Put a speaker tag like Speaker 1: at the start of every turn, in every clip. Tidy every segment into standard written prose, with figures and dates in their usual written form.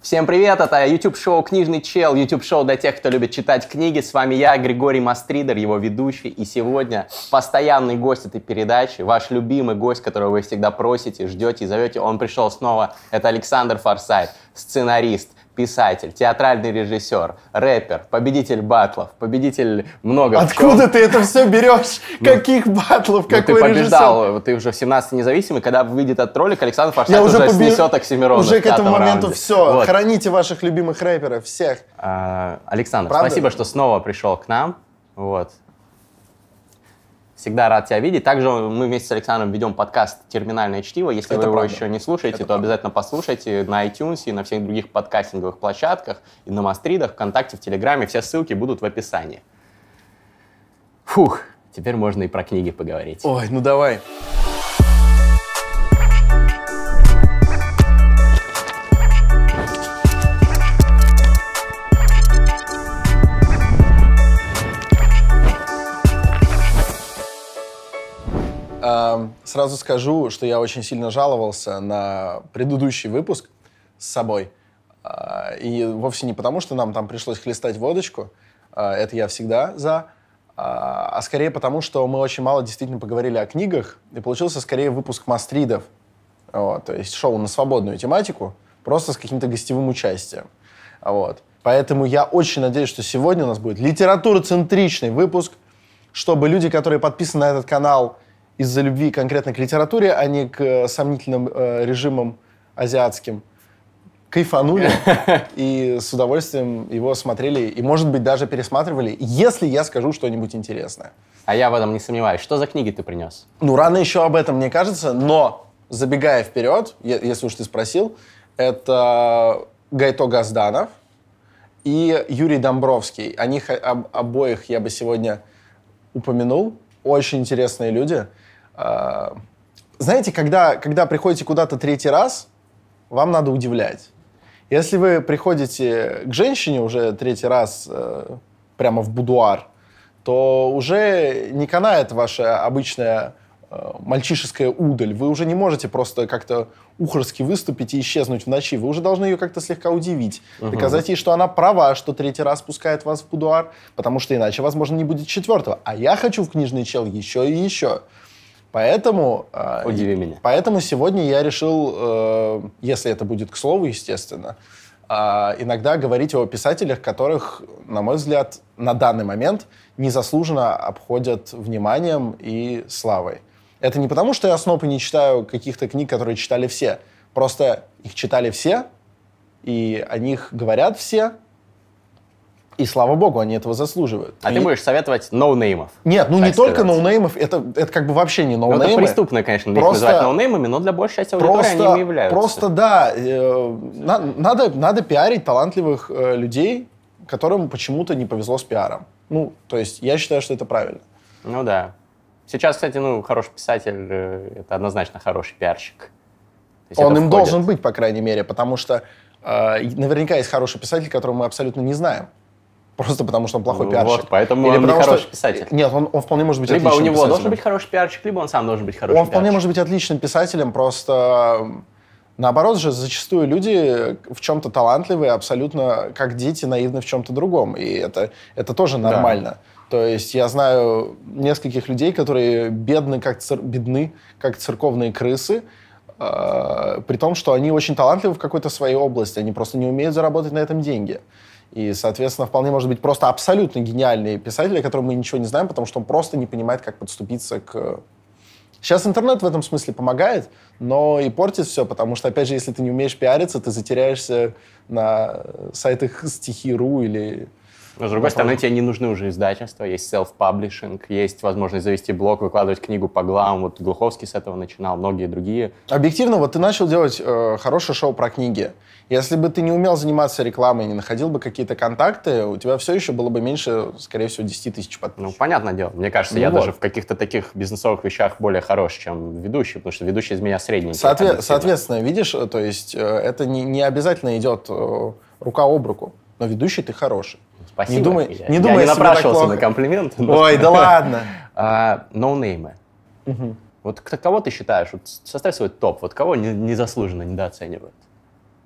Speaker 1: Всем привет, это YouTube-шоу «Книжный чел», YouTube-шоу для тех, кто любит читать книги. С вами я, Григорий Мастридер, его ведущий. И сегодня постоянный гость этой передачи, ваш любимый гость, которого вы всегда просите, ждете и зовете. Он пришел снова. Это Александр Форсайт, сценарист, писатель, театральный режиссер, рэпер, победитель баттлов, победитель много
Speaker 2: Откуда ты это все берешь? Каких баттлов? Какой
Speaker 1: ты побеждал, ты уже в 17 независимый, когда выйдет этот ролик, Александр Форсайт уже снесет Оксимирона.
Speaker 2: Уже к этому моменту все. Вот. Храните ваших любимых рэперов, всех.
Speaker 1: Александр, спасибо, что снова пришел к нам. Вот. Всегда рад тебя видеть. Также мы вместе с Александром ведем подкаст «Терминальное чтиво». Если вы его еще не слушаете, то обязательно послушайте на iTunes и на всех других подкастинговых площадках, и на Мастридах, ВКонтакте, в Телеграме. Все ссылки будут в описании. Фух, теперь можно и про книги поговорить.
Speaker 2: Ой, ну давай. Сразу скажу, что я очень сильно жаловался на предыдущий выпуск с собой. И вовсе не потому, что нам там пришлось хлестать водочку, это я всегда за, а скорее потому, что мы очень мало действительно поговорили о книгах, и получился скорее выпуск Мастридов, вот, то есть шоу на свободную тематику, просто с каким-то гостевым участием. Вот. Поэтому я очень надеюсь, что сегодня у нас будет литературоцентричный выпуск, чтобы люди, которые подписаны на этот канал из-за любви конкретно к литературе, а не к сомнительным режимам азиатским, кайфанули и с удовольствием его смотрели и, может быть, даже пересматривали, если я скажу что-нибудь интересное.
Speaker 1: А я в этом не сомневаюсь. Что за книги ты принес?
Speaker 2: Ну, рано еще об этом, мне кажется, но, забегая вперед, если уж ты спросил, это Гайто Газданов и Юрий Домбровский. О них обоих я бы сегодня упомянул. Очень интересные люди. Знаете, когда приходите куда-то третий раз, вам надо удивлять. Если вы приходите к женщине уже третий раз прямо в будуар, то уже не канает ваша обычная мальчишеская удаль. Вы уже не можете просто как-то ухорски выступить и исчезнуть в ночи. Вы уже должны ее как-то слегка удивить. Доказать ей, что она права, что третий раз пускает вас в будуар, потому что иначе, возможно, не будет четвертого. А я хочу в «Книжный чел» еще и еще. Поэтому...
Speaker 1: Удиви меня.
Speaker 2: Поэтому сегодня я решил, если это будет к слову, естественно, иногда говорить о писателях, которых, на мой взгляд, на данный момент незаслуженно обходят вниманием и славой. Это не потому, что я сноб и не читаю каких-то книг, которые читали все. Просто их читали все, и о них говорят все, и, слава богу, они этого заслуживают.
Speaker 1: А ты будешь советовать ноунеймов?
Speaker 2: Нет, ну не только ноунеймов, это как бы вообще не ноунеймы.
Speaker 1: Это преступно, конечно, их называть ноунеймами, но для большей части аудитории они ими являются.
Speaker 2: Просто, да, надо пиарить талантливых людей, которым почему-то не повезло с пиаром. Ну, то есть я считаю, что это правильно.
Speaker 1: Ну да. Сейчас, кстати, хороший писатель — это однозначно хороший пиарщик.
Speaker 2: Он им должен быть, по крайней мере, потому что наверняка есть хороший писатель, которого мы абсолютно не знаем. Просто потому, что он плохой пиарщик.
Speaker 1: Вот, поэтому он не хороший писатель.
Speaker 2: Нет, он вполне может быть
Speaker 1: либо
Speaker 2: отличным писателем.
Speaker 1: Либо у него должен быть хороший пиарщик, либо он сам должен быть хорошим пиарщиком.
Speaker 2: Он вполне может быть отличным писателем, просто... Наоборот же, зачастую люди в чем-то талантливые, абсолютно как дети, наивны в чем-то другом. И это тоже нормально. Да. То есть я знаю нескольких людей, которые бедны, как церковные крысы, при том, что они очень талантливы в какой-то своей области. Они просто не умеют заработать на этом деньги. И, соответственно, вполне может быть просто абсолютно гениальный писатель, о котором мы ничего не знаем, потому что он просто не понимает, как подступиться к... Сейчас интернет в этом смысле помогает, но и портит все, потому что, опять же, если ты не умеешь пиариться, ты затеряешься на сайтах стихи.ру или...
Speaker 1: Но, с другой стороны, тебе не нужны уже издательства, есть self-publishing, есть возможность завести блог, выкладывать книгу по главам. Вот Глуховский с этого начинал, многие другие.
Speaker 2: Объективно, вот ты начал делать хорошее шоу про книги. Если бы ты не умел заниматься рекламой, не находил бы какие-то контакты, у тебя все еще было бы меньше, скорее всего, 10 тысяч подписчиков.
Speaker 1: Ну, понятное дело. Мне кажется, я даже в каких-то таких бизнесовых вещах более хорош, чем ведущий, потому что ведущий из меня средненький.
Speaker 2: Соответственно, видишь, то есть это не обязательно идет рука об руку, но ведущий ты хороший.
Speaker 1: Спасибо.
Speaker 2: Не думай,
Speaker 1: я не напрашивался на комплимент.
Speaker 2: Ой, да ладно.
Speaker 1: Ноунеймы. Вот кого ты считаешь? Вот составь свой топ. Вот кого незаслуженно недооценивают?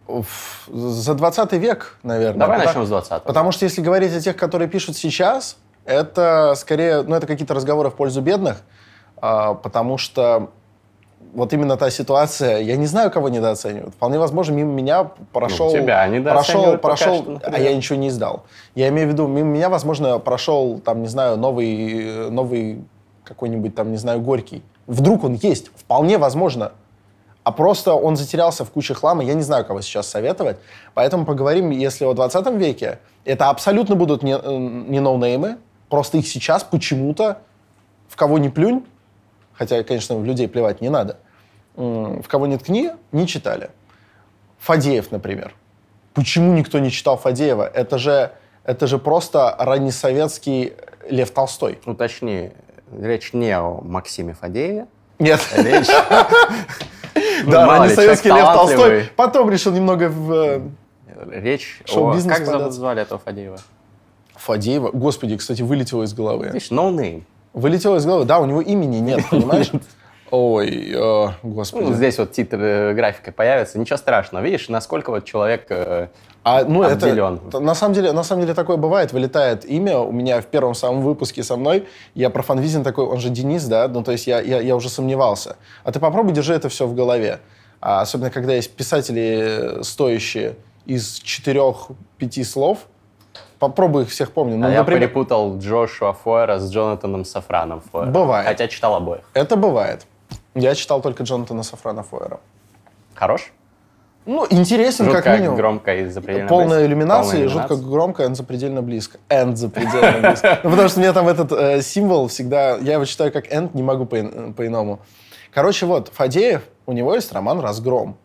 Speaker 2: За 20 век, наверное.
Speaker 1: Давай начнем с 20-го.
Speaker 2: Потому что если говорить о тех, которые пишут сейчас, это скорее, это какие-то разговоры в пользу бедных, потому что вот именно та ситуация, я не знаю, кого недооценивают. Вполне возможно, мимо меня прошел...
Speaker 1: тебя недооценивают
Speaker 2: прошел, а я ничего не издал. Я имею в виду, мимо меня, возможно, прошел, там, не знаю, новый какой-нибудь, там, не знаю, Горький. Вдруг он есть, вполне возможно. А просто он затерялся в куче хлама, я не знаю, кого сейчас советовать. Поэтому поговорим, если о 20 веке, это абсолютно будут не ноунеймы, просто их сейчас почему-то в кого ни плюнь, хотя, конечно, в людей плевать не надо, в кого ни ткни, не читали. Фадеев, например. Почему никто не читал Фадеева? Это же просто раннесоветский Лев Толстой.
Speaker 1: Уточни, речь не о Максиме Фадееве.
Speaker 2: Нет.
Speaker 1: Речь...
Speaker 2: Да, раннесоветский Лев Толстой. Потом решил немного
Speaker 1: Речь о... Как звали этого Фадеева?
Speaker 2: Фадеева? Господи, кстати, вылетело из головы.
Speaker 1: Видишь, no name.
Speaker 2: Вылетело из головы. Да, у него имени нет, понимаешь? Ой, господи.
Speaker 1: Здесь вот титр графикой появится. Ничего страшного. Видишь, насколько вот человек обделен.
Speaker 2: На самом деле такое бывает. Вылетает имя. У меня в первом самом выпуске со мной, я про Фанвизин такой, он же Денис, да? Ну, то есть я уже сомневался. А ты попробуй держи это все в голове. Особенно, когда есть писатели, стоящие из 4-5 слов. Попробуй их всех помнить.
Speaker 1: Я перепутал Джошуа Фойера с Джонатаном Сафраном Фойером.
Speaker 2: Бывает.
Speaker 1: Хотя читал обоих.
Speaker 2: Это бывает. Я читал только Джонатана Сафрана Фойера.
Speaker 1: Хорош?
Speaker 2: Интересен,
Speaker 1: жутко,
Speaker 2: как минимум.
Speaker 1: Громко и запредельно
Speaker 2: Полная
Speaker 1: близко.
Speaker 2: иллюминация, жутко громко и запредельно близко. Энд запредельно близко. Потому что у меня там этот символ всегда... Я его читаю как энд, не могу по-иному. Короче, вот, Фадеев, у него есть роман «Разгром».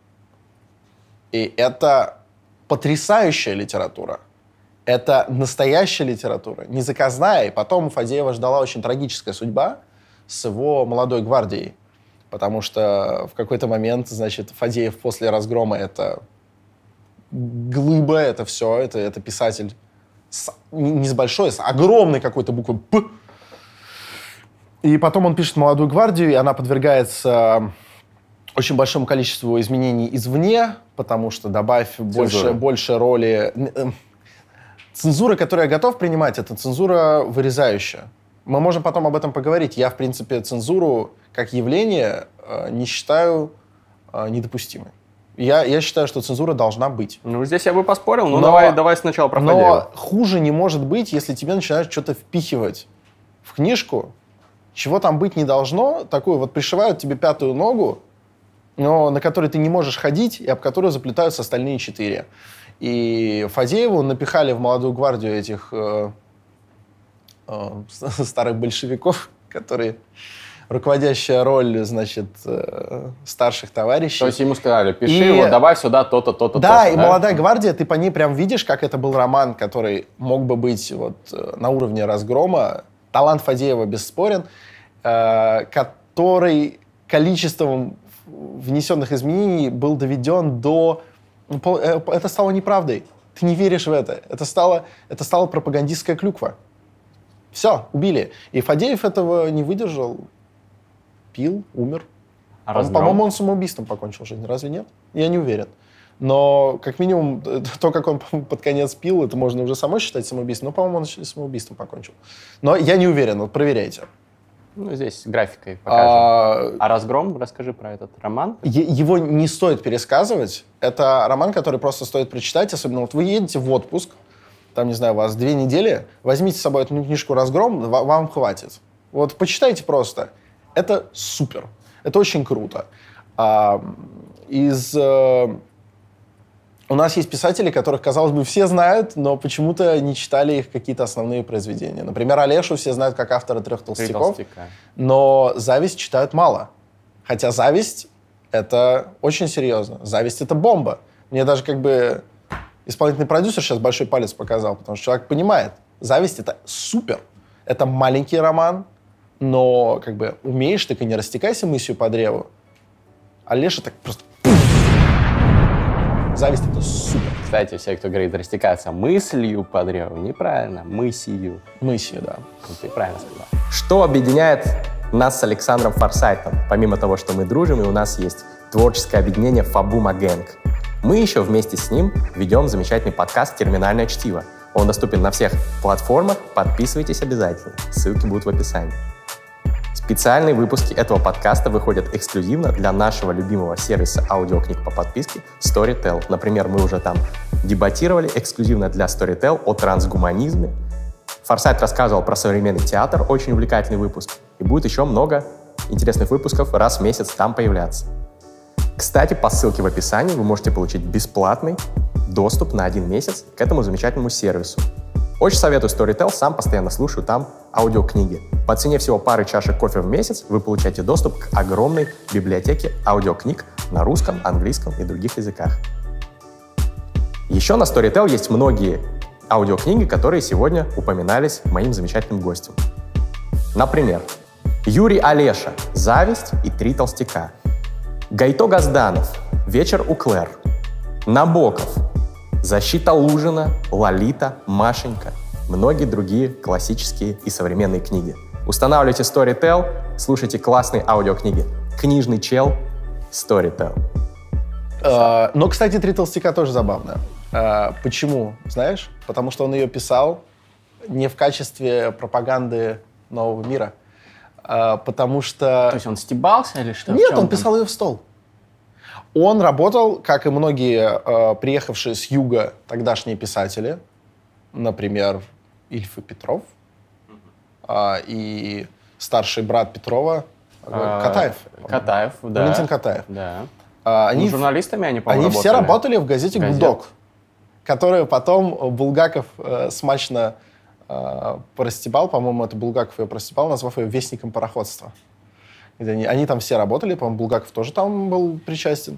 Speaker 2: И это потрясающая литература. Это настоящая литература, не заказная. И потом Фадеева ждала очень трагическая судьба с его «Молодой гвардией». Потому что в какой-то момент, значит, Фадеев после «Разгрома» — это глыба, это все, это писатель не с большой, с огромной какой-то буквой «П». И потом он пишет «Молодую гвардию», и она подвергается очень большому количеству изменений извне, потому что добавь больше роли... Цензура, которую я готов принимать, это цензура вырезающая. Мы можем потом об этом поговорить. Я, в принципе, цензуру как явление не считаю недопустимой. Я считаю, что цензура должна быть.
Speaker 1: Здесь я бы поспорил, но давай сначала про Фадеева.
Speaker 2: Но хуже не может быть, если тебе начинают что-то впихивать в книжку, чего там быть не должно. Такую вот пришивают тебе 5-ю ногу, но на которой ты не можешь ходить, и об которую заплетаются остальные 4. И Фадееву напихали в «Молодую гвардию» этих старых большевиков, которые руководящая роль, значит, старших товарищей.
Speaker 1: То есть ему сказали, пиши, добавь сюда то-то, то-то,
Speaker 2: да, и «Молодая гвардия», ты по ней прям видишь, как это был роман, который мог бы быть вот на уровне «Разгрома». Талант Фадеева бесспорен, который количеством внесенных изменений был доведен до... Это стало неправдой. Ты не веришь в это. Это стала пропагандистская клюква. Все, убили. И Фадеев этого не выдержал. Пил, умер. По-моему, он самоубийством покончил жизнь. Разве нет? Я не уверен. Но, как минимум, то, как он под конец пил, это можно уже само считать самоубийством. Но, по-моему, он самоубийством покончил. Но я не уверен. Вот проверяйте.
Speaker 1: Здесь графикой покажем. А «Разгром», расскажи про этот роман.
Speaker 2: Его не стоит пересказывать. Это роман, который просто стоит прочитать. Особенно вот вы едете в отпуск, там, не знаю, у вас 2 недели, возьмите с собой эту книжку «Разгром», вам хватит. Вот почитайте просто. Это супер. Это очень круто. У нас есть писатели, которых, казалось бы, все знают, но почему-то не читали их какие-то основные произведения. Например, Олешу все знают как автора «Трех толстяков», но «Зависть» читают мало. Хотя «Зависть» — это очень серьезно. «Зависть» — это бомба. Мне даже как бы исполнительный продюсер сейчас большой палец показал, потому что человек понимает. «Зависть» — это супер. Это маленький роман, но как бы умеешь, так и не растекайся мысью по древу. А Леша так просто... «Зависть» — это супер.
Speaker 1: Кстати, все, кто говорит растекаться мыслью по древу, неправильно. Мысью.
Speaker 2: Мысью, да.
Speaker 1: Ты правильно сказал. Что объединяет нас с Александром Форсайтом? Помимо того, что мы дружим, и у нас есть творческое объединение «Фабума Гэнг». Мы еще вместе с ним ведем замечательный подкаст «Терминальное чтиво». Он доступен на всех платформах, подписывайтесь обязательно, ссылки будут в описании. Специальные выпуски этого подкаста выходят эксклюзивно для нашего любимого сервиса аудиокниг по подписке Storytel. Например, мы уже там дебатировали эксклюзивно для Storytel о трансгуманизме. Форсайт рассказывал про современный театр, очень увлекательный выпуск. И будет еще много интересных выпусков раз в месяц там появляться. Кстати, по ссылке в описании вы можете получить бесплатный доступ на 1 месяц к этому замечательному сервису. Очень советую Storytel, сам постоянно слушаю там аудиокниги. По цене всего пары чашек кофе в месяц вы получаете доступ к огромной библиотеке аудиокниг на русском, английском и других языках. Еще на Storytel есть многие аудиокниги, которые сегодня упоминались моим замечательным гостем. Например, Юрий Олеша «Зависть и 3 толстяка», Гайто Газданов «Вечер у Клэр», Набоков «Защита Лужина», «Лолита», «Машенька», многие другие классические и современные книги. Устанавливайте Storytel, слушайте классные аудиокниги. Книжный чел Storytel.
Speaker 2: Но, кстати, «3 толстяка» тоже забавно. Почему? Знаешь? Потому что он ее писал не в качестве пропаганды нового мира, потому что...
Speaker 1: То есть он стебался или что?
Speaker 2: Нет, он писал ее в стол. Он работал, как и многие приехавшие с юга тогдашние писатели, например, Ильф и Петров, и старший брат Петрова Катаев.
Speaker 1: Катаев, да.
Speaker 2: Валентин Катаев.
Speaker 1: Да.
Speaker 2: Они,
Speaker 1: журналистами они, по-моему,
Speaker 2: они все работали в газете «Гудок», которую потом Булгаков смачно простебал, по-моему, это Булгаков ее простебал, назвав ее «Вестником пароходства». Они там все работали, по-моему, Булгаков тоже там был причастен.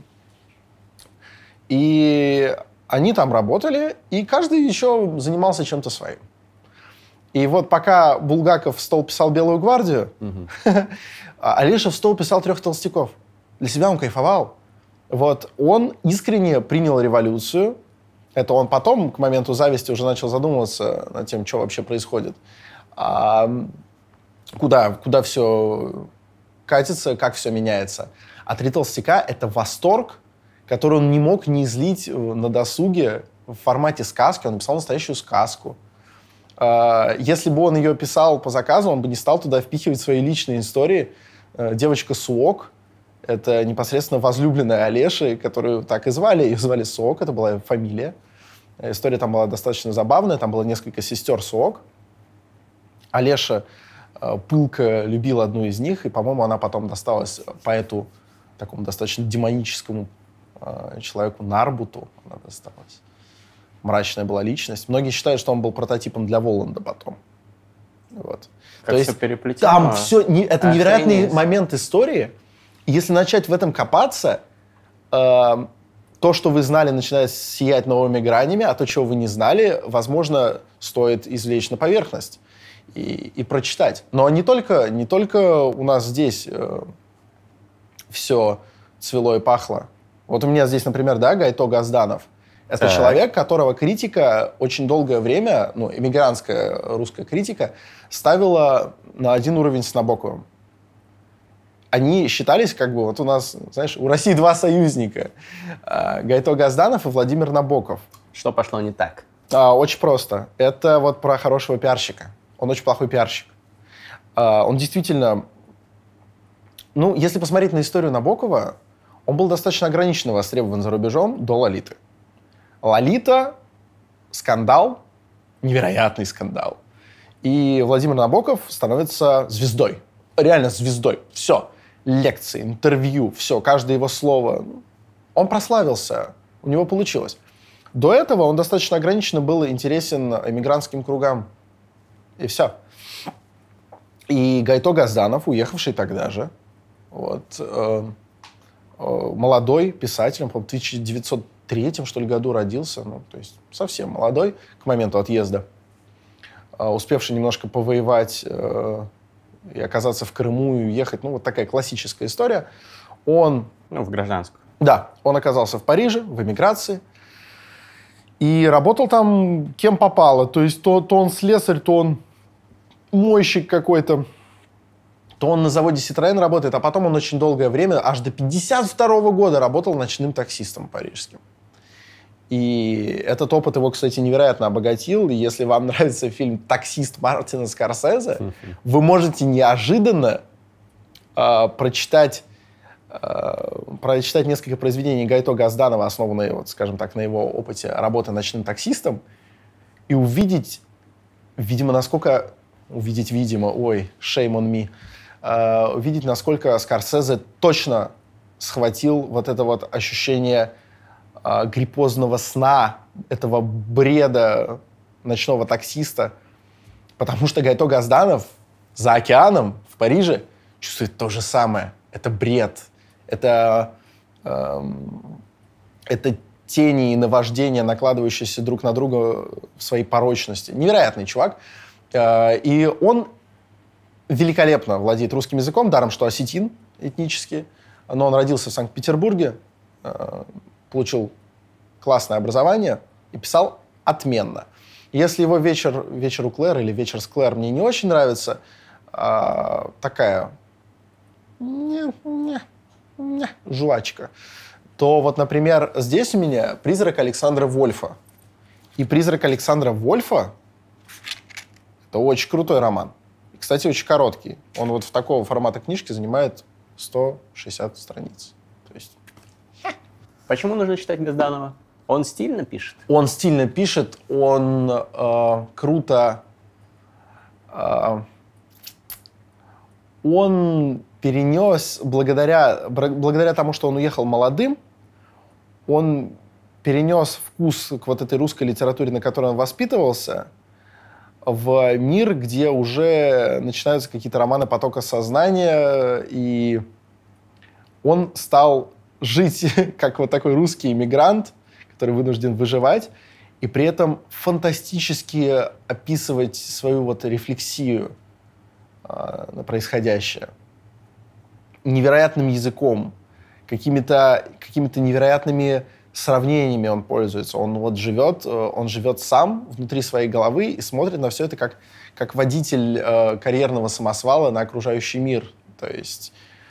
Speaker 2: И они там работали, и каждый еще занимался чем-то своим. И вот пока Булгаков в стол писал «Белую гвардию», Олеша в стол писал «Трех толстяков». Для себя он кайфовал. Вот он искренне принял революцию. Это он потом, к моменту «Зависти», уже начал задумываться над тем, что вообще происходит. Куда все катится, как все меняется. А «Три толстяка» — это восторг, который он не мог не излить на досуге в формате сказки. Он написал настоящую сказку. Если бы он ее писал по заказу, он бы не стал туда впихивать свои личные истории. Девочка Суок — это непосредственно возлюбленная Олеши, которую так и звали. Ее звали Суок, это была фамилия. История там была достаточно забавная. Там было несколько сестер Суок. Олеша пылко любил одну из них, и, по-моему, она потом досталась поэту, такому достаточно демоническому человеку Нарбуту. Она досталась. Мрачная была личность. Многие считают, что он был прототипом для Воланда потом. Вот.
Speaker 1: Как
Speaker 2: то
Speaker 1: все
Speaker 2: есть
Speaker 1: переплетено.
Speaker 2: там все... Это невероятный момент истории. И если начать в этом копаться, то, что вы знали, начинает сиять новыми гранями, а то, чего вы не знали, возможно, стоит извлечь на поверхность и прочитать. Но не только у нас здесь все цвело и пахло. Вот у меня здесь, например, Гайто Газданов. Это человек, которого критика очень долгое время, эмигрантская русская критика, ставила на один уровень с Набоковым. Они считались вот у нас, знаешь, у России 2 союзника. Гайто Газданов и Владимир Набоков.
Speaker 1: Что пошло не так?
Speaker 2: Очень просто. Это вот про хорошего пиарщика. Он очень плохой пиарщик. Он действительно... если посмотреть на историю Набокова, он был достаточно ограниченно востребован за рубежом до «Лолиты». «Лолита» — скандал, невероятный скандал. И Владимир Набоков становится звездой. Реально звездой. Все. Лекции, интервью, все. Каждое его слово. Он прославился. У него получилось. До этого он достаточно ограниченно был интересен эмигрантским кругам. И все. И Гайто Газданов, уехавший тогда же, молодой писатель, он, по-моему, в 1903, что ли, году родился, то есть совсем молодой к моменту отъезда, успевший немножко повоевать и оказаться в Крыму и уехать, вот такая классическая история. Он...
Speaker 1: в гражданскую.
Speaker 2: Да, он оказался в Париже, в эмиграции, и работал там кем попало. То есть то он слесарь, то он мойщик какой-то, то он на заводе «Ситроен» работает, а потом он очень долгое время, аж до 1952 года, работал ночным таксистом парижским. И этот опыт его, кстати, невероятно обогатил. И если вам нравится фильм «Таксист» Мартина Скорсезе, вы можете неожиданно прочитать несколько произведений Гайто Газданова, основанные, вот, скажем так, на его опыте работы ночным таксистом, и увидеть, shame on me, увидеть, насколько Скорсезе точно схватил вот это вот ощущение гриппозного сна, этого бреда ночного таксиста, потому что Гайто Газданов за океаном в Париже чувствует то же самое. Это бред, это тени и наваждения, накладывающиеся друг на друга в своей порочности. Невероятный чувак. И он великолепно владеет русским языком, даром, что осетин этнически. Но он родился в Санкт-Петербурге, получил классное образование и писал отменно. Если его «Вечер у Клэр» или «Вечер с Клэр» мне не очень нравится, такая жвачка, то вот, например, здесь у меня «Призрак Александра Вольфа». И «Призрак Александра Вольфа» — это очень крутой роман. И, кстати, очень короткий. Он вот в такого формата книжки занимает 160 страниц. То есть...
Speaker 1: Почему нужно читать Газданова? Он стильно пишет?
Speaker 2: Он стильно пишет, он круто... он перенес, благодаря тому, что он уехал молодым, он перенес вкус к вот этой русской литературе, на которой он воспитывался, в мир, где уже начинаются какие-то романы потока сознания, и он стал жить как вот такой русский иммигрант, который вынужден выживать, и при этом фантастически описывать свою вот рефлексию на происходящее. Невероятным языком, какими-то невероятными сравнениями он пользуется. Он вот живет сам внутри своей головы и смотрит на все это как водитель карьерного самосвала на окружающий мир. То есть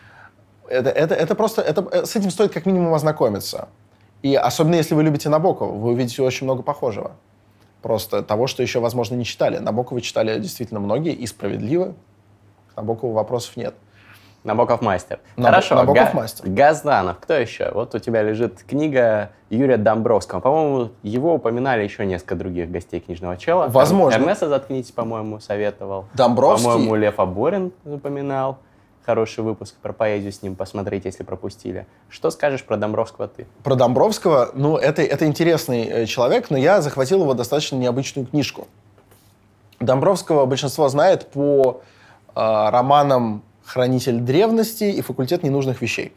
Speaker 2: это просто... с этим стоит как минимум ознакомиться. И особенно если вы любите Набокова, вы увидите очень много похожего. Просто того, что еще, возможно, не читали. Набокова читали действительно многие, и справедливо. К Набокову вопросов нет.
Speaker 1: Набоков мастер. Хорошо.
Speaker 2: Набоков мастер.
Speaker 1: Газданов. Кто еще? Вот у тебя лежит книга Юрия Домбровского. По-моему, его упоминали еще несколько других гостей книжного чела.
Speaker 2: Возможно.
Speaker 1: Эрнеста «Заткнитесь», по-моему, советовал.
Speaker 2: Домбровский.
Speaker 1: По-моему, Лев Аборин упоминал. Хороший выпуск про поэзию с ним посмотреть, если пропустили. Что скажешь про Домбровского ты?
Speaker 2: Про Домбровского, это интересный человек, но я захватил его достаточно необычную книжку. Домбровского большинство знает по романам «Хранитель древности» и «Факультет ненужных вещей».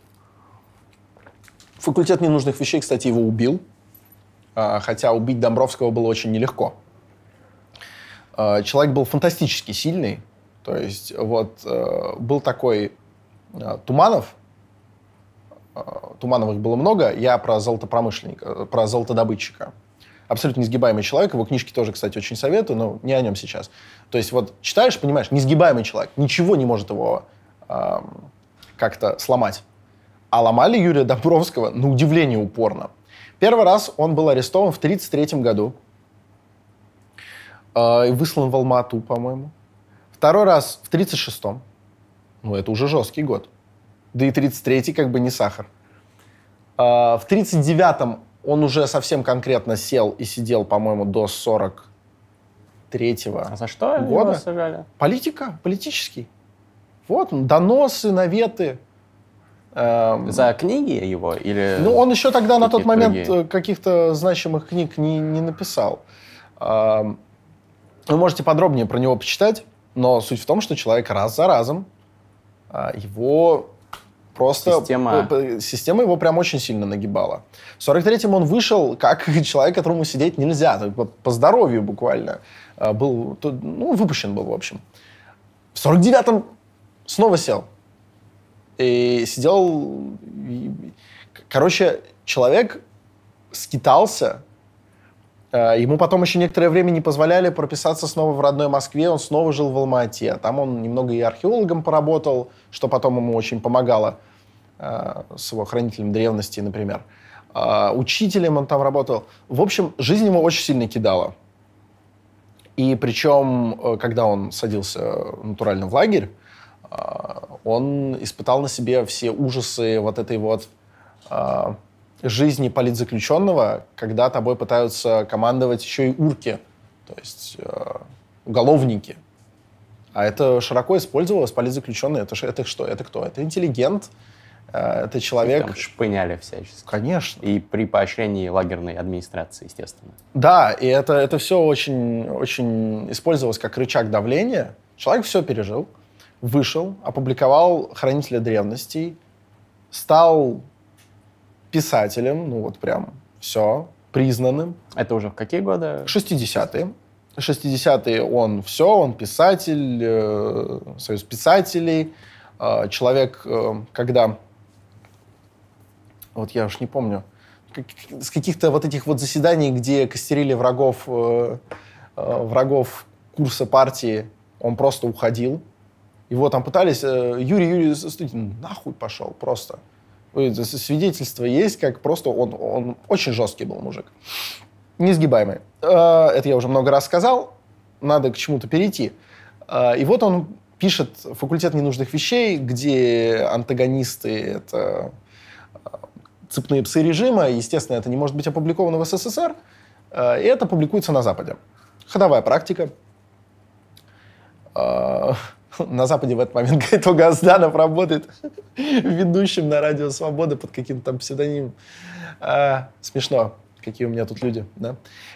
Speaker 2: «Факультет ненужных вещей», кстати, его убил, хотя убить Домбровского было очень нелегко. Человек был фантастически сильный. То есть вот был такой Туманов, Тумановых было много, я про золотопромышленника, про золотодобытчика. Абсолютно несгибаемый человек, его книжки тоже, кстати, очень советую, но не о нем сейчас. То есть вот читаешь, понимаешь, несгибаемый человек, ничего не может его как-то сломать. А ломали Юрия Домбровского, на удивление, упорно. Первый раз он был арестован в 1933 году и выслан в Алма-Ату, по-моему. Второй раз в 1936-м. Ну, это уже жесткий год. Да и 1933-й как бы не сахар. В 1939-м он уже совсем конкретно сел и сидел, по-моему, до 1943-го
Speaker 1: А за что
Speaker 2: года.
Speaker 1: его сажали?
Speaker 2: Политический. Вот, доносы, наветы.
Speaker 1: За книги его? Или
Speaker 2: ну, он еще тогда на тот момент
Speaker 1: другие?
Speaker 2: каких-то значимых книг не написал. Вы можете подробнее про него почитать. Но суть в том, что человек раз за разом, его просто... Система его прям очень сильно нагибала. В 43-м он вышел как человек, которому сидеть нельзя. По здоровью буквально. Выпущен был, в общем. В 49-м снова сел. И сидел... Короче, человек скитался. Ему потом еще некоторое время не позволяли прописаться снова в родной Москве, он снова жил в Алма-Ате. Там он немного и археологом поработал, что потом ему очень помогало с его хранителем древности, например. учителем он там работал. В общем, жизнь ему очень сильно кидала. И причем, когда он садился натурально в лагерь, он испытал на себе все ужасы вот этой вот жизни политзаключенного, когда тобой пытаются командовать еще и урки, то есть уголовники. А это широко использовалось, политзаключенные. Это что? Это кто? Это интеллигент, это человек...
Speaker 1: Там шпыняли всячески.
Speaker 2: Конечно.
Speaker 1: И при поощрении лагерной администрации, естественно.
Speaker 2: Да, и это все очень, очень использовалось как рычаг давления. Человек все пережил, вышел, опубликовал «Хранителя древностей», стал писателем, ну вот прям все, признанным.
Speaker 1: Это уже в какие годы?
Speaker 2: 60-е. 60-е он писатель, союз писателей. Человек, когда... Вот я уж не помню, с каких-то вот этих вот заседаний, где костерили врагов курса партии, он просто уходил. Его там пытались... Юрий Студин нахуй пошел просто. Свидетельство есть, как просто он очень жесткий был мужик. Несгибаемый. Это я уже много раз сказал. Надо к чему-то перейти. И вот он пишет «Факультет ненужных вещей», где антагонисты — это цепные псы режима. Естественно, это не может быть опубликовано в СССР. И это публикуется на Западе. Ходовая практика. На Западе в этот момент Гайто Газданов работает ведущим на Радио Свобода под каким-то там псевдонимом. Смешно, какие у меня тут люди. Да?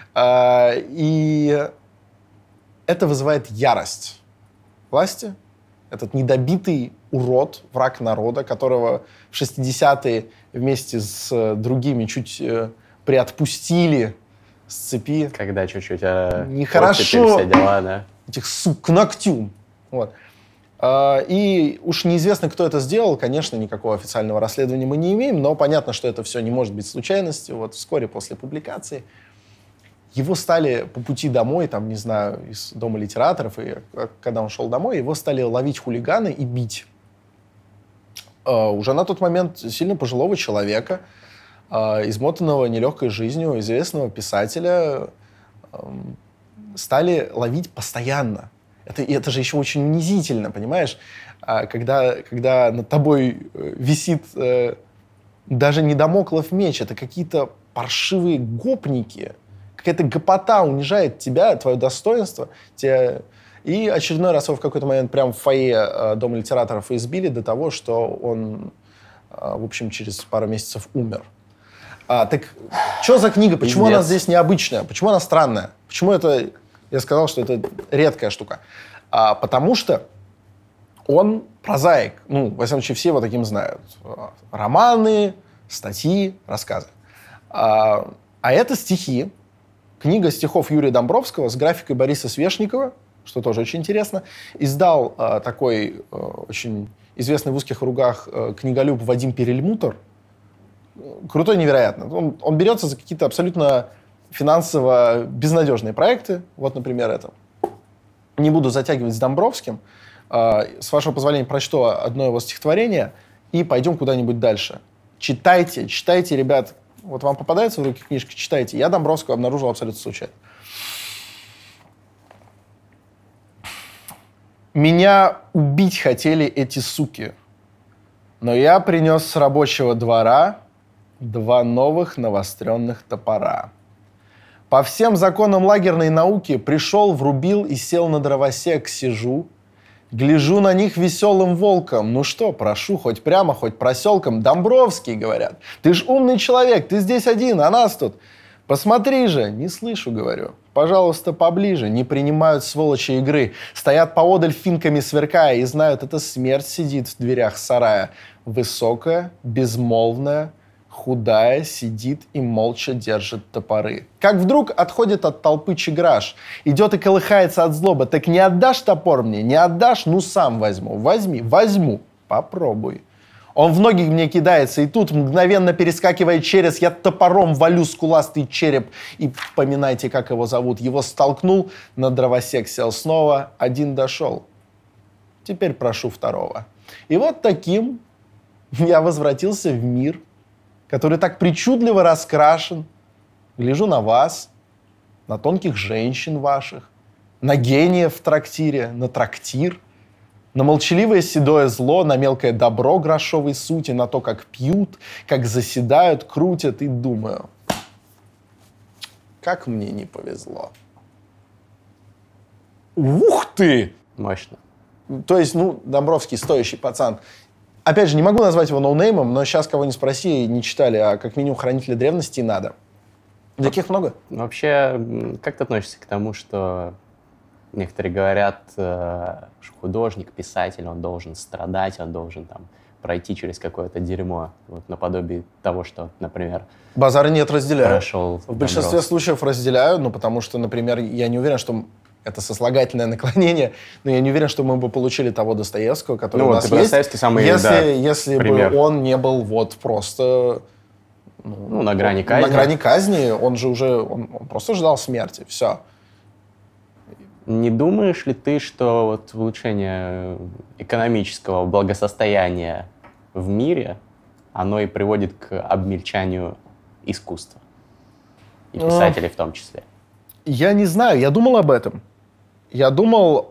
Speaker 2: И это вызывает ярость власти. Этот недобитый урод, враг народа, которого в 60-е вместе с другими чуть приотпустили с цепи.
Speaker 1: Когда чуть-чуть
Speaker 2: нехорошо.
Speaker 1: Все дела, да.
Speaker 2: Этих сук к ногтю. Вот. И уж неизвестно, кто это сделал. Конечно, никакого официального расследования мы не имеем, но понятно, что это все не может быть случайностью. Вот вскоре после публикации его стали по пути домой, там, не знаю, из Дома литераторов, и когда он шел домой, его стали ловить хулиганы и бить. Уже на тот момент сильно пожилого человека, измотанного нелегкой жизнью, известного писателя, стали ловить постоянно. Это же еще очень унизительно, понимаешь? Когда над тобой висит даже не дамоклов меч, это какие-то паршивые гопники, какая-то гопота унижает тебя, твое достоинство. И очередной раз его в какой-то момент прямо в фойе Дома литераторов избили до того, что он, в общем, через пару месяцев умер. Так что за книга? Почему она здесь необычная? Почему она странная? Почему это... Я сказал, что это редкая штука. Потому что он прозаик. Ну, во всяком случае, все его таким знают. Романы, статьи, рассказы. А это стихи. Книга стихов Юрия Домбровского с графикой Бориса Свешникова, что тоже очень интересно. Издал такой очень известный в узких кругах книголюб Вадим Перельмутер. Крутой невероятно. Он берется за какие-то абсолютно финансово безнадежные проекты. Вот, например, это. Не буду затягивать с Домбровским. С вашего позволения, прочту одно его стихотворение и пойдем куда-нибудь дальше. Читайте, ребят. Вот вам попадается в руки книжка, читайте. Я Домбровского обнаружил абсолютно случайно. Меня убить хотели эти суки, но я принес с рабочего двора 2 новых навостренных топора. По всем законам лагерной науки пришел, врубил и сел на дровосек, сижу, гляжу на них веселым волком. Ну что, прошу, хоть прямо, хоть проселком. Домбровский, говорят, ты ж умный человек, ты здесь один, а нас тут. Посмотри же, не слышу, говорю. Пожалуйста, поближе, не принимают сволочи игры. Стоят поодаль финками сверкая и знают, это смерть сидит в дверях сарая. Высокая, безмолвная, худая, сидит и молча держит топоры. Как вдруг отходит от толпы чиграш, идет и колыхается от злобы. Так не отдашь топор мне? Не отдашь? Ну, сам возьму. Возьму. Попробуй. Он в ноги мне кидается, и тут, мгновенно перескакивая через, я топором валю скуластый череп. И поминайте, как его зовут. Его столкнул, на дровосек сел снова, один дошел. Теперь прошу второго. И вот таким я возвратился в мир который так причудливо раскрашен. Гляжу на вас, на тонких женщин ваших, на гениев в трактире, на трактир, на молчаливое седое зло, на мелкое добро грошовой сути, на то, как пьют, как заседают, крутят, и думаю, как мне не повезло. Ух ты!
Speaker 1: Мощно.
Speaker 2: То есть, Домбровский стоящий пацан. Опять же, не могу назвать его ноунеймом, но сейчас кого не спроси, не читали, а как минимум «Хранители древности» надо. Таких много.
Speaker 1: Вообще, как ты относишься к тому, что некоторые говорят, что художник, писатель, он должен страдать, он должен там пройти через какое-то дерьмо, вот наподобие того, что, например,
Speaker 2: Базара нет, разделяю.
Speaker 1: прошел
Speaker 2: В большинстве случаев разделяю, потому что, например, я не уверен, что это сослагательное наклонение, но я не уверен, что мы бы получили того Достоевского, который у нас есть,
Speaker 1: Достоевский самый,
Speaker 2: если
Speaker 1: пример.
Speaker 2: бы он не был вот просто...
Speaker 1: на грани казни.
Speaker 2: На грани казни, он же уже, он просто ждал смерти, все.
Speaker 1: Не думаешь ли ты, что вот улучшение экономического благосостояния в мире, оно и приводит к обмельчанию искусства? И писателей в том числе.
Speaker 2: Я не знаю, я думал об этом. Я думал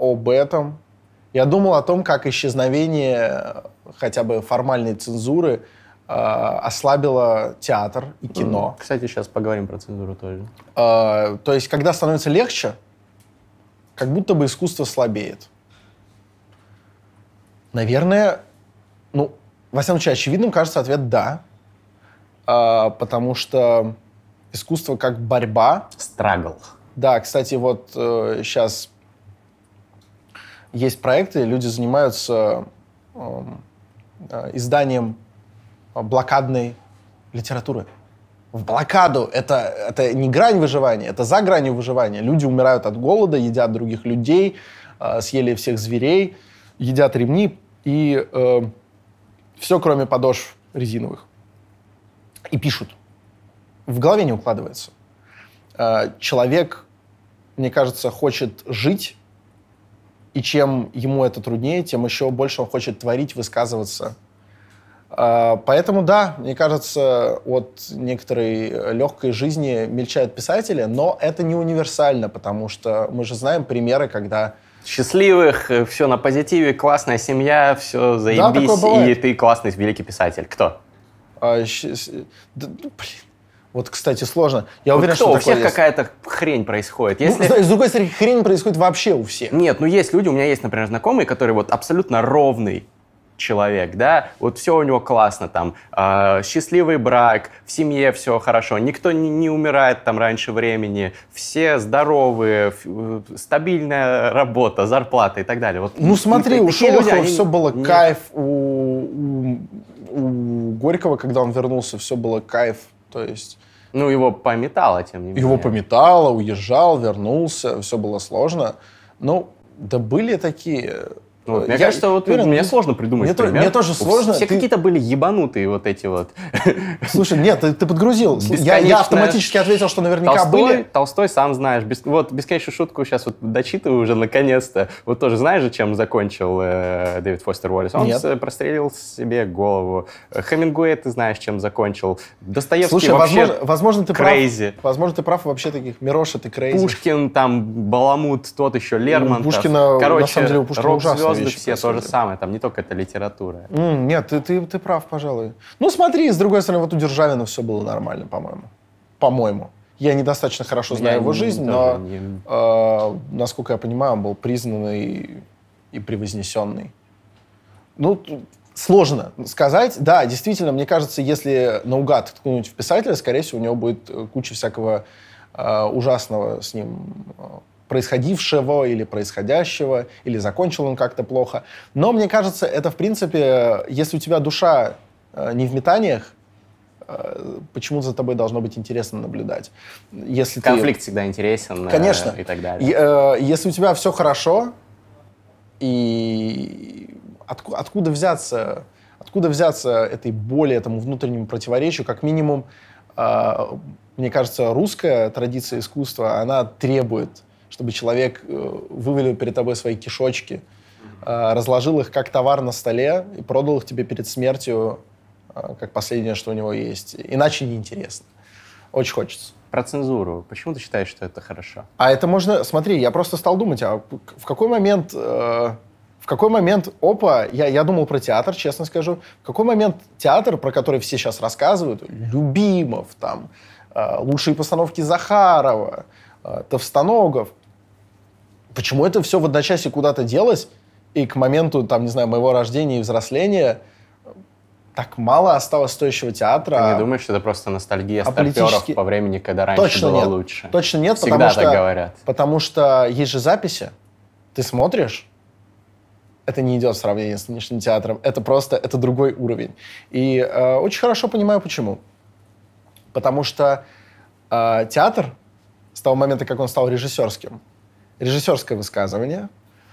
Speaker 2: о том, как исчезновение хотя бы формальной цензуры ослабило театр и кино.
Speaker 1: Кстати, сейчас поговорим про цензуру тоже.
Speaker 2: То есть, когда становится легче, как будто бы искусство слабеет. Наверное, во всяком случае, очевидным кажется ответ «да». Потому что искусство как борьба...
Speaker 1: Страгл.
Speaker 2: Да, кстати, вот сейчас есть проекты, люди занимаются изданием блокадной литературы. В блокаду это не грань выживания, это за гранью выживания. Люди умирают от голода, едят других людей, съели всех зверей, едят ремни и все, кроме подошв резиновых. И пишут. В голове не укладывается. Человек, мне кажется, хочет жить, и чем ему это труднее, тем еще больше он хочет творить, высказываться. Поэтому, да, мне кажется, от некоторой легкой жизни мельчают писатели, но это не универсально, потому что мы же знаем примеры, когда...
Speaker 1: Счастливых, все на позитиве, классная семья, все заебись, и ты классный великий писатель. Кто?
Speaker 2: Вот, кстати, сложно. Я уверен,
Speaker 1: кто?
Speaker 2: что
Speaker 1: У всех какая-то хрень происходит.
Speaker 2: С другой стороны, хрень происходит вообще у всех.
Speaker 1: Нет, есть люди, у меня есть, например, знакомые, которые вот абсолютно ровный человек, да, вот все у него классно, там, счастливый брак, в семье все хорошо, никто не умирает там раньше времени, все здоровые, стабильная работа, зарплата и так далее. Вот,
Speaker 2: смотри, у Шолохова все было кайф, у Горького, когда он вернулся, все было кайф, то есть...
Speaker 1: его пометало, тем не менее.
Speaker 2: Его пометало, уезжал, вернулся, все было сложно. Да были такие...
Speaker 1: Мне кажется, мне сложно придумать пример.
Speaker 2: Мне тоже сложно.
Speaker 1: Все какие-то были ебанутые вот эти вот.
Speaker 2: Слушай, нет, ты подгрузил. Я автоматически ответил, что наверняка были.
Speaker 1: Толстой, сам знаешь. Бесконечную шутку сейчас вот дочитываю уже наконец-то. Вот тоже знаешь же, чем закончил Дэвид Фостер Уоллес? Он прострелил себе голову. Хемингуэй, ты знаешь, чем закончил. Достоевский вообще
Speaker 2: возможно, ты
Speaker 1: крейзи.
Speaker 2: Возможно, ты прав вообще таких. Мироша, ты крейзи.
Speaker 1: Пушкин, там, Баламут, тот еще, Лермонтов.
Speaker 2: Пушкина, на самом деле, у Пушкина ужасно.
Speaker 1: Все то же самое, там не только это литература.
Speaker 2: Нет, ты прав, пожалуй. Смотри, с другой стороны, вот у Державина все было нормально, по-моему. По-моему. Я недостаточно хорошо знаю его жизнь, но, насколько я понимаю, он был признанный и превознесенный. Сложно сказать. Да, действительно, мне кажется, если наугад ткнуть в писателя, скорее всего, у него будет куча всякого ужасного с ним происходившего или происходящего, или закончил он как-то плохо. Но мне кажется, это, в принципе, если у тебя душа не в метаниях, почему за тобой должно быть интересно наблюдать. Если
Speaker 1: конфликт всегда интересен.
Speaker 2: Конечно.
Speaker 1: И так далее.
Speaker 2: Если у тебя все хорошо, и откуда взяться этой боли, этому внутреннему противоречию, как минимум, мне кажется, русская традиция искусства, она требует, чтобы человек вывалил перед тобой свои кишочки, разложил их как товар на столе и продал их тебе перед смертью как последнее, что у него есть. Иначе неинтересно. Очень хочется.
Speaker 1: Про цензуру. Почему ты считаешь, что это хорошо?
Speaker 2: А это можно... Смотри, я просто стал думать, а в какой момент... Опа, я думал про театр, честно скажу. В какой момент театр, про который все сейчас рассказывают, Любимов, там, лучшие постановки Захарова, Товстоногов, почему это все в одночасье куда-то делось, и к моменту, там, не знаю, моего рождения и взросления так мало осталось стоящего театра?
Speaker 1: Ты не думаешь, что это просто ностальгия старперов по времени, когда раньше
Speaker 2: точно
Speaker 1: было
Speaker 2: нет.
Speaker 1: лучше?
Speaker 2: Точно нет,
Speaker 1: Всегда так говорят.
Speaker 2: Потому что есть же записи. Ты смотришь, это не идет в сравнении с нынешним театром. Это просто, это другой уровень. И очень хорошо понимаю, почему. Потому что театр с того момента, как он стал режиссерским, режиссерское высказывание.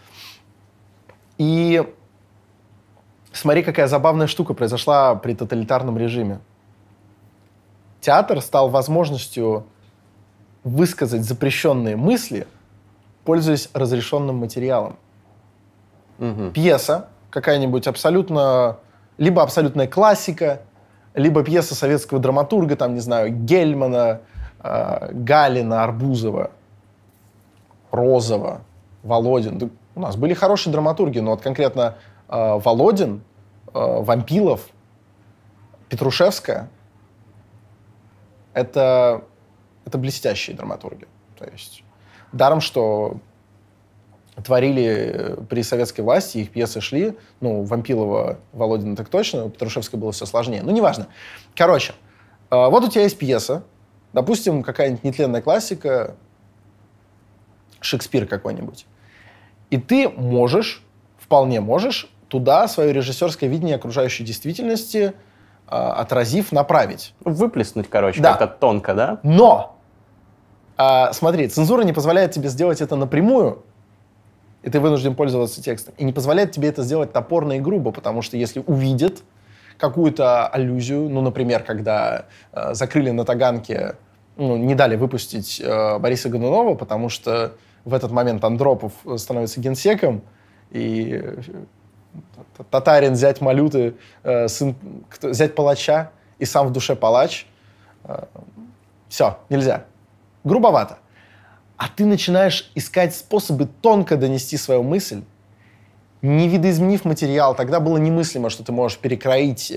Speaker 2: И смотри, какая забавная штука произошла при тоталитарном режиме. Театр стал возможностью высказать запрещенные мысли, пользуясь разрешенным материалом.
Speaker 1: Угу.
Speaker 2: Пьеса какая-нибудь абсолютно... Либо абсолютная классика, либо пьеса советского драматурга, там, не знаю, Гельмана, Галина, Арбузова, Розова, Володин. У нас были хорошие драматурги, но вот конкретно Володин, Вампилов, Петрушевская — это блестящие драматурги. То есть даром, что творили при советской власти, их пьесы шли, Вампилова, Володина так точно, у Петрушевской было все сложнее. Неважно. Короче, вот у тебя есть пьеса, допустим, какая-нибудь нетленная классика, Шекспир какой-нибудь. И ты вполне можешь туда свое режиссерское видение окружающей действительности, отразив, направить.
Speaker 1: Выплеснуть, как-то тонко, да?
Speaker 2: Но, смотри, цензура не позволяет тебе сделать это напрямую, и ты вынужден пользоваться текстом. И не позволяет тебе это сделать топорно и грубо, потому что если увидят какую-то аллюзию, например, когда закрыли на Таганке, не дали выпустить Бориса Годунова, потому что в этот момент Андропов становится генсеком, и татарин, зять Малюты, зять палача, и сам в душе палач. Все, нельзя. Грубовато. А ты начинаешь искать способы тонко донести свою мысль, не видоизменив материал. Тогда было немыслимо, что ты можешь перекроить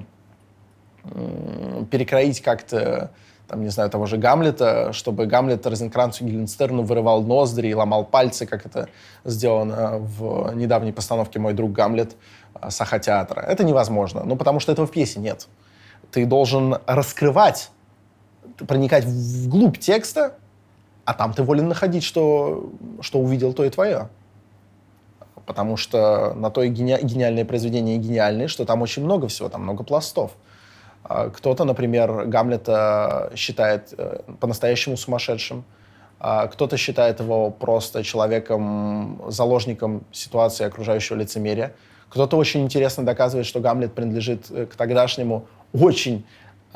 Speaker 2: как-то, там, не знаю, того же Гамлета, чтобы Гамлет Розенкранцу и Гильденстерну вырывал ноздри и ломал пальцы, как это сделано в недавней постановке «Мой друг Гамлет» Саха-театра. Это невозможно, потому что этого в пьесе нет. Ты должен раскрывать, проникать вглубь текста, а там ты волен находить, что увидел, то и твое. Потому что на то и гениальное произведение гениальное, что там очень много всего, там много пластов. Кто-то, например, Гамлета считает по-настоящему сумасшедшим, кто-то считает его просто человеком, заложником ситуации окружающего лицемерия. Кто-то очень интересно доказывает, что Гамлет принадлежит к тогдашнему очень...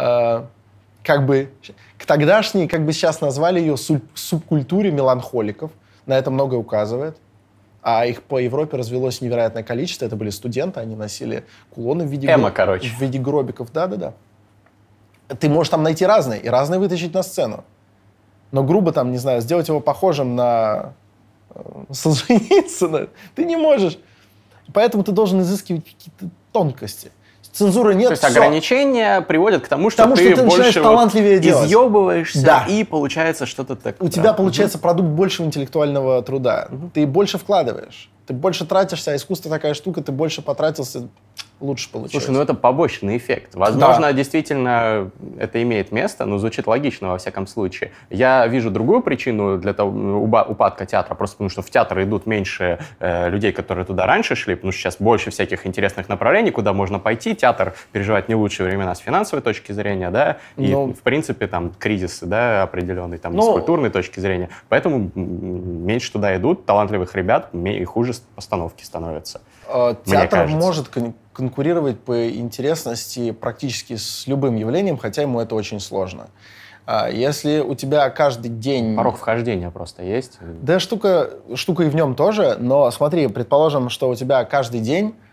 Speaker 2: к тогдашней, как бы сейчас назвали ее, субкультуре меланхоликов. На это многое указывает. А их по Европе развелось невероятное количество. Это были студенты, они носили кулоны в виде... В виде гробиков. Да-да-да. Ты можешь там найти разные, и разные вытащить на сцену. Но грубо там, не знаю, сделать его похожим на Солженицына ты не можешь. Поэтому ты должен изыскивать какие-то тонкости. Цензуры нет.
Speaker 1: То есть ограничения приводят к тому, что ты больше изъебываешься, и получается что-то такое.
Speaker 2: У тебя получается продукт большего интеллектуального труда. Ты больше вкладываешь, ты больше тратишься, а искусство такая штука, ты больше потратился, лучше получается.
Speaker 1: Слушай, это побочный эффект. Возможно, действительно это имеет место, но звучит логично во всяком случае. Я вижу другую причину для того упадка театра, просто потому что в театр идут меньше людей, которые туда раньше шли, потому что сейчас больше всяких интересных направлений, куда можно пойти. Театр переживает не лучшие времена с финансовой точки зрения, да, и в принципе там кризисы, да, определенные там с культурной точки зрения. Поэтому меньше туда идут талантливых ребят, и хуже постановки становятся.
Speaker 2: Театр может конкурировать по интересности практически с любым явлением, хотя ему это очень сложно. Если у тебя каждый день...
Speaker 1: Порог вхождения просто есть?
Speaker 2: Да, штука и в нем тоже, но смотри, предположим, что у тебя каждый день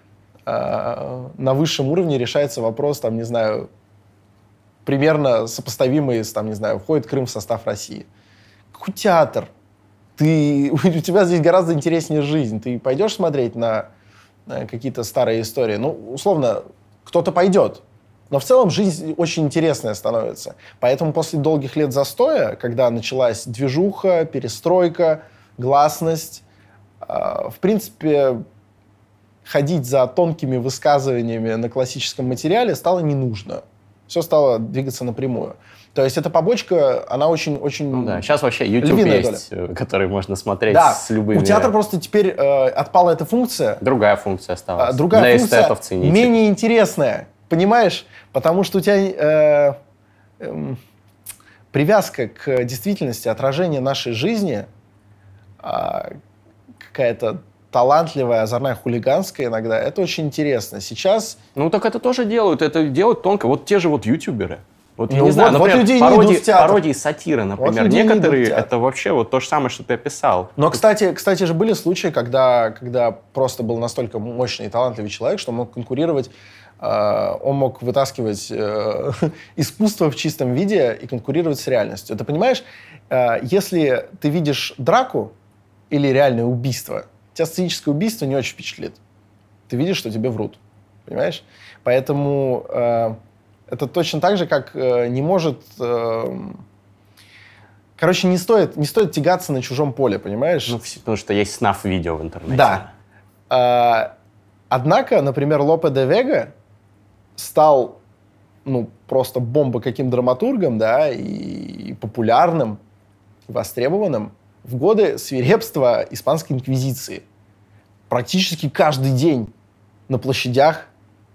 Speaker 2: на высшем уровне решается вопрос, там, не знаю, примерно сопоставимый с, там, не знаю, входит Крым в состав России. Какой театр? У тебя здесь гораздо интереснее жизнь. Ты пойдешь смотреть на какие-то старые истории? Ну, условно, кто-то пойдет. Но в целом жизнь очень интересная становится. Поэтому после долгих лет застоя, когда началась движуха, перестройка, гласность, в принципе, ходить за тонкими высказываниями на классическом материале стало не нужно. Все стало двигаться напрямую. То есть эта побочка, она очень-очень...
Speaker 1: Ну да, сейчас вообще YouTube есть, который можно смотреть с любыми...
Speaker 2: У театра просто теперь отпала эта функция.
Speaker 1: Другая функция осталась.
Speaker 2: Другая
Speaker 1: для
Speaker 2: функция
Speaker 1: эстетов-ценителей.
Speaker 2: Менее интересная. Понимаешь? Потому что у тебя привязка к действительности, отражение нашей жизни, какая-то талантливая, озорная, хулиганская иногда, это очень интересно. Сейчас...
Speaker 1: Ну так это тоже делают, это делают тонко. Вот те же вот ютуберы. Вот, я
Speaker 2: Ну
Speaker 1: не знаю,
Speaker 2: вот
Speaker 1: например,
Speaker 2: люди не идут в театр.
Speaker 1: пародии сатиры, например.
Speaker 2: Вот
Speaker 1: Некоторые это вообще вот то же самое, что ты описал.
Speaker 2: Но, кстати же, были случаи, когда просто был настолько мощный и талантливый человек, что мог конкурировать, он мог вытаскивать искусство в чистом виде и конкурировать с реальностью. Ты понимаешь, если ты видишь драку или реальное убийство, тебя сценическое убийство не очень впечатлит. Ты видишь, что тебе врут. Понимаешь? Поэтому это точно так же, как не может... Короче, не стоит тягаться на чужом поле, понимаешь?
Speaker 1: Ну, потому что есть снаф-видео в интернете.
Speaker 2: Да. Однако, например, Лопе де Вега стал просто бомба каким драматургом, да, и популярным, и востребованным в годы свирепства Испанской инквизиции. Практически каждый день на площадях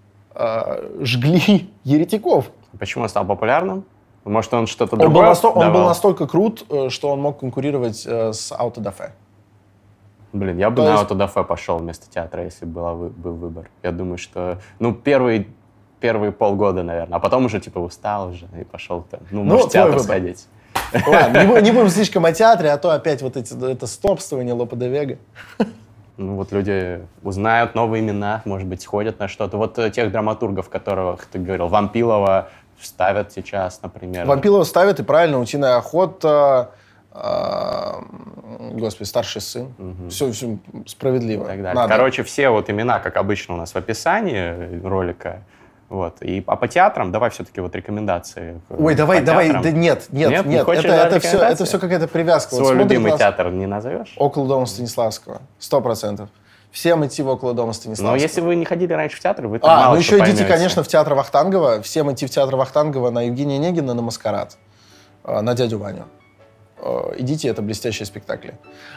Speaker 2: жгли еретиков.
Speaker 1: Почему он стал популярным? Может, он что-то другое
Speaker 2: Он был настолько крут, что он мог конкурировать с аутодафе.
Speaker 1: Блин, я бы на аутодафе пошел вместо театра, если был выбор. Я думаю, что... первые полгода, наверное. А потом уже, устал уже и пошел там. Может, в театр сходить.
Speaker 2: Ладно, не будем слишком о театре, а то опять вот это снобствование Лопе де Вега.
Speaker 1: Люди узнают новые имена, может быть, сходят на что-то. Вот тех драматургов, которых ты говорил, Вампилова ставят сейчас, например.
Speaker 2: Вампилова ставят, и правильно, «Утиная охота», господи, «Старший сын». Угу. Все справедливо.
Speaker 1: Надо. Короче, все вот имена, как обычно у нас в описании ролика. Вот. А по театрам давай все-таки вот рекомендации.
Speaker 2: Ой, давай. Да нет. Это все какая-то привязка.
Speaker 1: Свой любимый театр не назовешь?
Speaker 2: Около дома Станиславского. 100%. Всем идти в около дома Станиславского.
Speaker 1: Но если вы не ходили раньше в театр, вы там мало
Speaker 2: еще
Speaker 1: что
Speaker 2: идите, конечно, в театр Вахтангова. Всем идти в театр Вахтангова на Евгения Онегина, на «Маскарад», на «Дядю Ваню». Идите, это блестящие спектакли.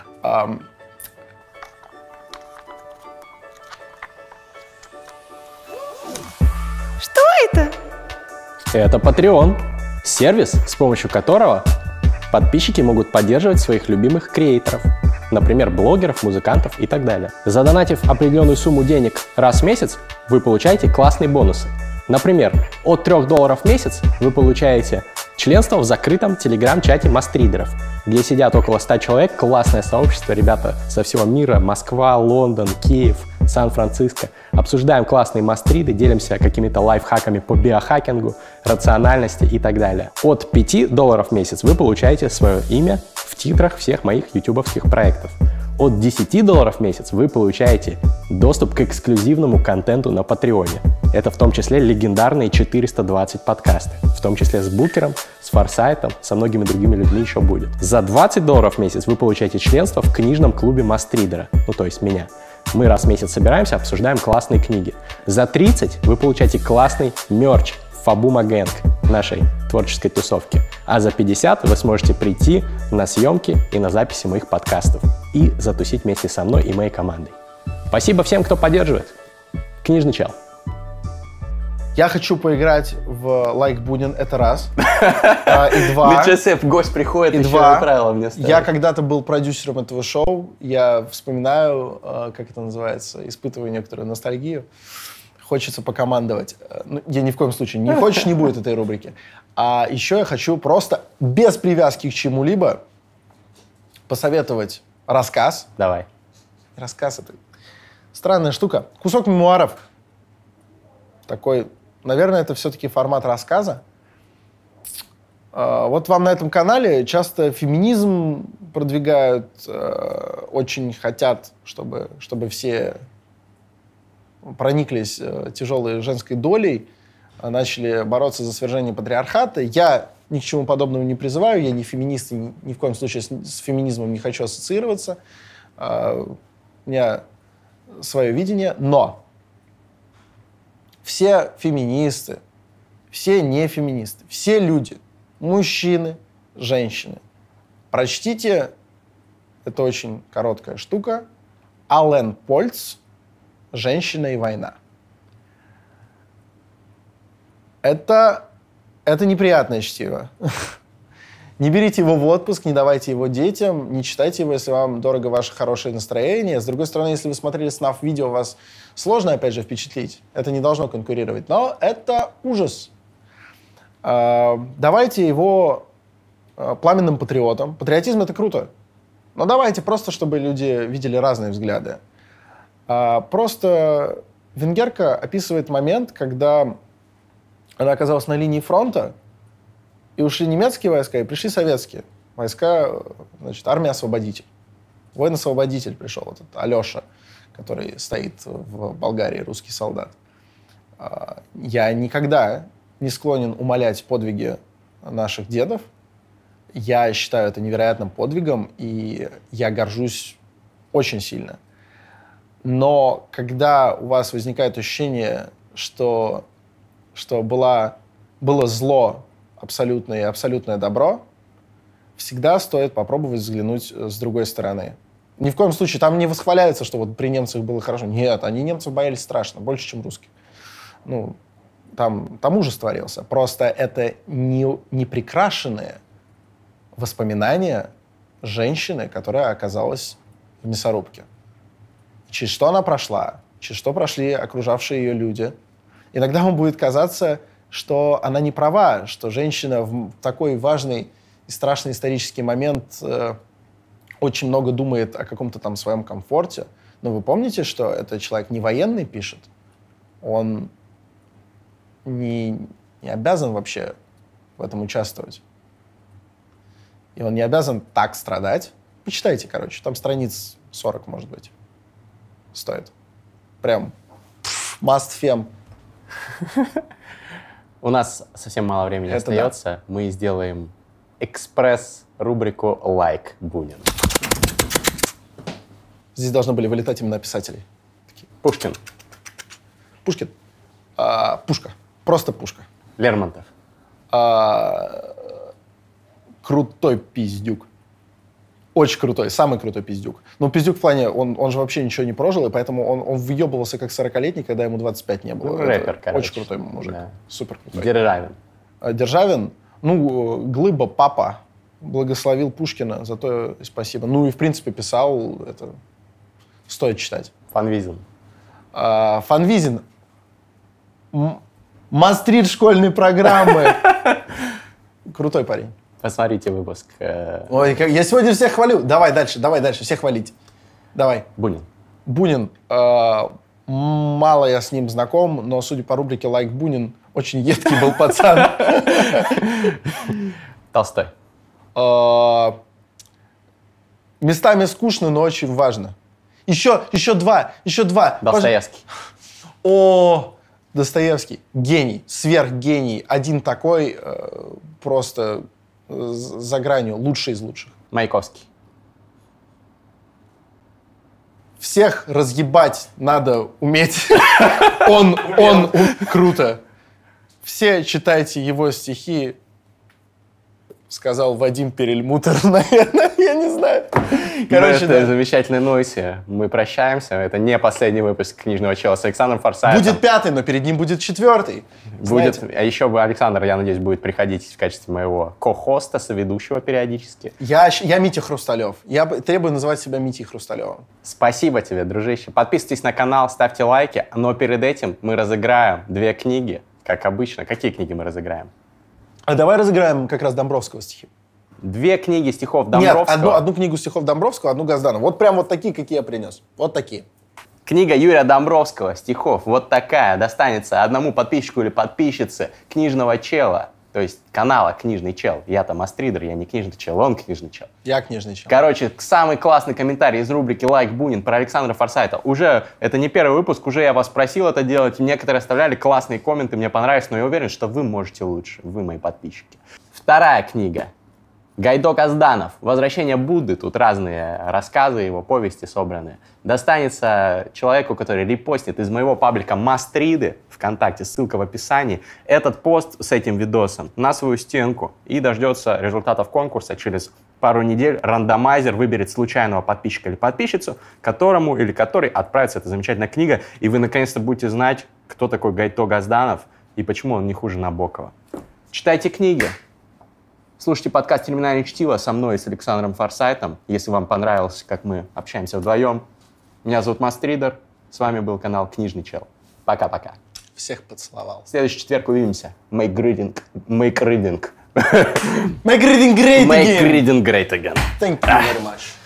Speaker 3: Что это?
Speaker 4: Это Patreon. Сервис, с помощью которого подписчики могут поддерживать своих любимых креаторов. Например, блогеров, музыкантов и так далее. Задонатив определенную сумму денег раз в месяц, вы получаете классные бонусы. Например, от $3 в месяц вы получаете членство в закрытом телеграм-чате мастридеров, где сидят около 100 человек, классное сообщество, ребята со всего мира, Москва, Лондон, Киев, Сан-Франциско. Обсуждаем классные мастриды, делимся какими-то лайфхаками по биохакингу, рациональности и так далее. От $5 в месяц вы получаете свое имя в титрах всех моих ютубовских проектов. От $10 в месяц вы получаете доступ к эксклюзивному контенту на Патреоне. Это в том числе легендарные 420 подкасты, в том числе с Букером, с Форсайтом, со многими другими людьми еще будет. За $20 в месяц вы получаете членство в книжном клубе Мастридера, то есть меня. Мы раз в месяц собираемся, обсуждаем классные книги. За 30 вы получаете классный мерч Фабума Гэнг нашей творческой тусовки. А за 50 вы сможете прийти на съемки и на записи моих подкастов и затусить вместе со мной и моей командой. Спасибо всем, кто поддерживает. Книжный чел.
Speaker 2: Я хочу поиграть в Лайк Бунин, это раз. И два.
Speaker 1: Ничего себе, гость приходит, еще правила мне ставят.
Speaker 2: Я когда-то был продюсером этого шоу. Я вспоминаю, как это называется, испытываю некоторую ностальгию. Хочется покомандовать. Я ни в коем случае не хочешь, не будет этой рубрики. А еще я хочу просто без привязки к чему-либо посоветовать рассказ.
Speaker 1: Давай.
Speaker 2: Рассказ — это странная штука. Кусок мемуаров такой, наверное, это все-таки формат рассказа. Вот вам на этом канале часто феминизм продвигают, очень хотят, чтобы все прониклись тяжелой женской долей, начали бороться за свержение патриархата. Я ни к чему подобному не призываю, я не феминист, и ни в коем случае с феминизмом не хочу ассоциироваться. У меня свое видение, но все феминисты, все нефеминисты, все люди, мужчины, женщины, прочтите, это очень короткая штука, Ален Польц «Женщина и война». Это неприятное чтиво. Не берите его в отпуск, не давайте его детям, не читайте его, если вам дорого ваше хорошее настроение. С другой стороны, если вы смотрели СНАФ-видео, вас сложно, опять же, впечатлить. Это не должно конкурировать. Но это ужас. Давайте его пламенным патриотам. Патриотизм — это круто. Но давайте просто, чтобы люди видели разные взгляды. Просто венгерка описывает момент, когда она оказалась на линии фронта, и ушли немецкие войска, и пришли советские войска, значит, армия-освободитель. Воин-освободитель пришел, этот Алеша, который стоит в Болгарии, русский солдат. Я никогда не склонен умалять подвиги наших дедов. Я считаю это невероятным подвигом, и я горжусь очень сильно. Но когда у вас возникает ощущение, что было зло абсолютное и абсолютное добро, всегда стоит попробовать взглянуть с другой стороны. Ни в коем случае там не восхваляется, что вот при немцах было хорошо. Нет, они немцев боялись страшно, больше, чем русских. Ну, там ужас творился. Просто это не прикрашенные воспоминания женщины, которая оказалась в мясорубке. Через что она прошла, через что прошли окружавшие ее люди. Иногда вам будет казаться, что она не права, что женщина в такой важный и страшный исторический момент очень много думает о каком-то там своем комфорте. Но вы помните, что этот человек не военный пишет? Он не обязан вообще в этом участвовать. И он не обязан так страдать. Почитайте, короче, там страниц 40, может быть, стоит. Прям must fem.
Speaker 1: У нас совсем мало времени остается. Да. Мы сделаем экспресс-рубрику «Лайк Бунин».
Speaker 2: Здесь должны были вылетать имена писателей.
Speaker 1: Такие. Пушкин.
Speaker 2: Пушкин. Пушка. Просто пушка.
Speaker 1: Лермонтов.
Speaker 2: Крутой пиздюк. Очень крутой, самый крутой пиздюк. Но пиздюк в плане, он же вообще ничего не прожил, и поэтому он въебывался как 40-летний, когда ему 25 не было.
Speaker 1: Ну, рэпер, короче.
Speaker 2: Очень крутой мужик. Да. Супер крутой.
Speaker 1: Державин.
Speaker 2: Державин, Глыба, папа, благословил Пушкина, за то спасибо. Ну и, в принципе, писал, это стоит читать.
Speaker 1: Фанвизин.
Speaker 2: Фанвизин. Мастрит школьной программы. Крутой парень.
Speaker 1: Посмотрите выпуск.
Speaker 2: Ой, я сегодня всех хвалю. Давай дальше, всех хвалить. Давай.
Speaker 1: Бунин.
Speaker 2: Мало я с ним знаком, но, судя по рубрике «Лайк Бунин», очень едкий был пацан.
Speaker 1: Толстой.
Speaker 2: Местами скучно, но очень важно. Еще два.
Speaker 1: Достоевский.
Speaker 2: Достоевский. Гений, сверхгений. Один такой, просто за гранью, лучший из лучших.
Speaker 1: Маяковский.
Speaker 2: Всех разъебать надо уметь. Он круто. Все читайте его стихи, сказал Вадим Перельмутер, наверное, я не знаю.
Speaker 1: Короче, на этой замечательной ноте мы прощаемся. Это не последний выпуск «Книжного чела» с Александром Форсайтом.
Speaker 2: Будет 5-й, но перед ним будет 4-й.
Speaker 1: А еще Александр, я надеюсь, будет приходить в качестве моего ко-хоста, соведущего периодически.
Speaker 2: Я Митя Хрусталев. Я требую называть себя Митей Хрусталевым.
Speaker 1: Спасибо тебе, дружище. Подписывайтесь на канал, ставьте лайки. Но перед этим мы разыграем 2 книги, как обычно. Какие книги мы разыграем?
Speaker 2: А давай разыграем как раз Домбровского стихи. 2
Speaker 1: книги стихов Домбровского?
Speaker 2: Нет, одну книгу стихов Домбровского, одну Газданова. Вот прям вот такие, какие я принес. Вот такие.
Speaker 1: Книга Юрия Домбровского стихов вот такая достанется одному подписчику или подписчице книжного чела, то есть канала «Книжный чел». Я-то мастридер, я не книжный чел, он книжный чел.
Speaker 2: Я книжный чел.
Speaker 1: Короче, самый классный комментарий из рубрики «Лайк Бунин» про Александра Форсайта. Уже, это не первый выпуск, уже я вас просил это делать. Некоторые оставляли классные комменты, мне понравилось, но я уверен, что вы можете лучше, вы мои подписчики. Вторая книга. Гайдо Казданов «Возвращение Будды». Тут разные рассказы, его повести собраны. Достанется человеку, который репостит из моего паблика Мастриды ВКонтакте, ссылка в описании, этот пост с этим видосом на свою стенку и дождется результатов конкурса. Через пару недель рандомайзер выберет случайного подписчика или подписчицу, которому или которой отправится эта замечательная книга, и вы наконец-то будете знать, кто такой Гайдо Казданов и почему он не хуже Набокова. Читайте книги. Слушайте подкаст «Терминальное чтиво» со мной и с Александром Форсайтом. Если вам понравилось, как мы общаемся вдвоем. Меня зовут Мастридер. С вами был канал «Книжный чел». Пока-пока.
Speaker 2: Всех поцеловал.
Speaker 1: В следующий четверг увидимся. Make reading.
Speaker 2: Make reading great
Speaker 1: Make
Speaker 2: again.
Speaker 1: reading great again.
Speaker 2: Thank you very much.